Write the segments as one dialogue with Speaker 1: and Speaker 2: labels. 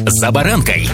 Speaker 1: «За баранкой».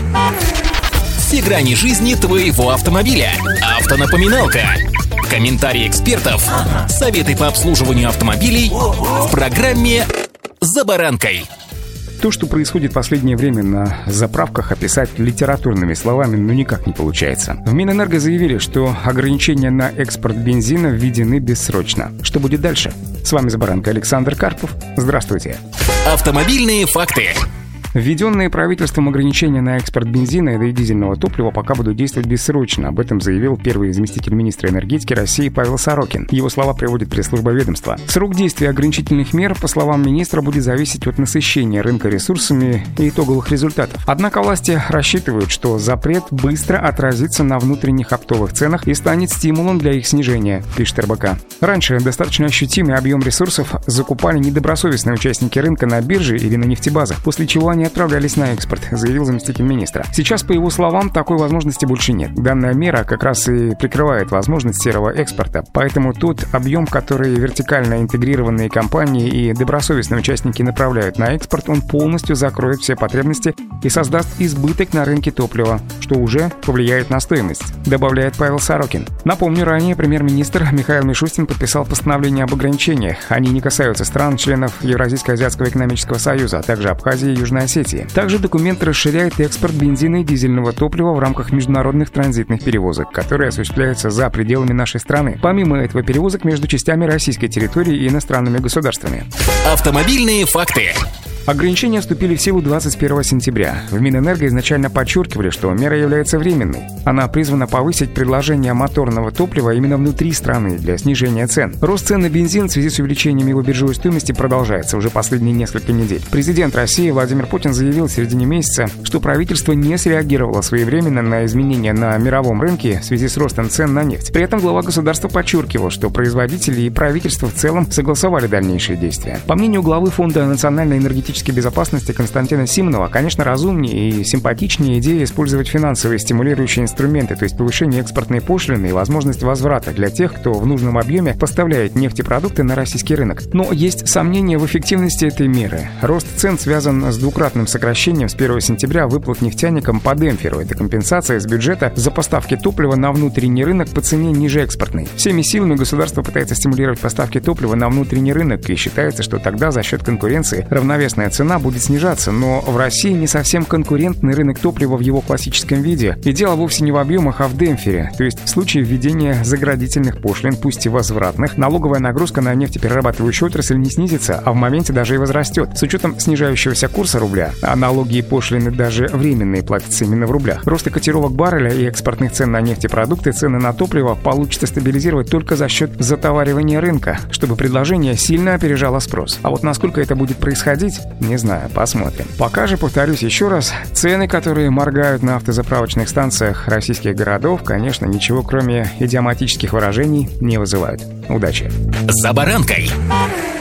Speaker 1: Все грани жизни твоего автомобиля. Автонапоминалка. Комментарии экспертов. Советы по обслуживанию автомобилей в программе «За баранкой».
Speaker 2: То, что происходит в последнее время на заправках, описать литературными словами никак не получается. В Минэнерго заявили, что ограничения на экспорт бензина введены бессрочно. Что будет дальше? С вами «За баранкой» Александр Карпов. Здравствуйте.
Speaker 1: Автомобильные факты.
Speaker 2: Введенные правительством ограничения на экспорт бензина и дизельного топлива пока будут действовать бессрочно. Об этом заявил первый заместитель министра энергетики России Павел Сорокин. Его слова приводит пресс-служба ведомства. Срок действия ограничительных мер, по словам министра, будет зависеть от насыщения рынка ресурсами и итоговых результатов. Однако власти рассчитывают, что запрет быстро отразится на внутренних оптовых ценах и станет стимулом для их снижения, пишет РБК. Раньше достаточно ощутимый объем ресурсов закупали недобросовестные участники рынка на бирже или на нефтебазах, после чего они отправлялись на экспорт, заявил заместитель министра. Сейчас, по его словам, такой возможности больше нет. Данная мера как раз и прикрывает возможность серого экспорта. Поэтому тот объем, который вертикально интегрированные компании и добросовестные участники направляют на экспорт, он полностью закроет все потребности и создаст избыток на рынке топлива, что уже повлияет на стоимость, добавляет Павел Сорокин. Напомню, ранее премьер-министр Михаил Мишустин подписал постановление об ограничениях. Они не касаются стран-членов Евразийско-Азиатского экономического союза, а также Абхазии и Южной Осетии. Также документ расширяет экспорт бензина и дизельного топлива в рамках международных транзитных перевозок, которые осуществляются за пределами нашей страны. Помимо этого, перевозок между частями российской территории и иностранными государствами.
Speaker 1: Автомобильные факты.
Speaker 2: Ограничения вступили в силу 21 сентября. В Минэнерго изначально подчеркивали, что мера является временной. Она призвана повысить предложение моторного топлива именно внутри страны для снижения цен. Рост цен на бензин в связи с увеличением его биржевой стоимости продолжается уже последние несколько недель. Президент России Владимир Путин заявил в середине месяца, что правительство не среагировало своевременно на изменения на мировом рынке в связи с ростом цен на нефть. При этом глава государства подчеркивал, что производители и правительство в целом согласовали дальнейшие действия. По мнению главы Фонда национальной энергетической безопасности Константина Симонова, конечно, разумнее и симпатичнее идея использовать финансовые стимулирующие инструменты, то есть повышение экспортной пошлины и возможность возврата для тех, кто в нужном объеме поставляет нефтепродукты на российский рынок. Но есть сомнения в эффективности этой меры. Рост цен связан с двукратным сокращением с 1 сентября выплат нефтяникам по демпферу. Это компенсация с бюджета за поставки топлива на внутренний рынок по цене ниже экспортной. Всеми силами государство пытается стимулировать поставки топлива на внутренний рынок, и считается, что тогда за счет конкуренции равновесная цена будет снижаться, но в России не совсем конкурентный рынок топлива в его классическом виде. И дело вовсе не в объемах, а в демпфере. То есть в случае введения заградительных пошлин, пусть и возвратных, налоговая нагрузка на нефтеперерабатывающую отрасль не снизится, а в моменте даже и возрастет. С учетом снижающегося курса рубля, а налоги и пошлины даже временные платятся именно в рублях, роста котировок барреля и экспортных цен на нефтепродукты, цены на топливо получится стабилизировать только за счет затоваривания рынка, чтобы предложение сильно опережало спрос. А вот насколько это будет происходить, не знаю, посмотрим. Пока же, повторюсь еще раз, цены, которые моргают на автозаправочных станциях российских городов, конечно, ничего кроме идиоматических выражений не вызывают. Удачи!
Speaker 1: «За баранкой».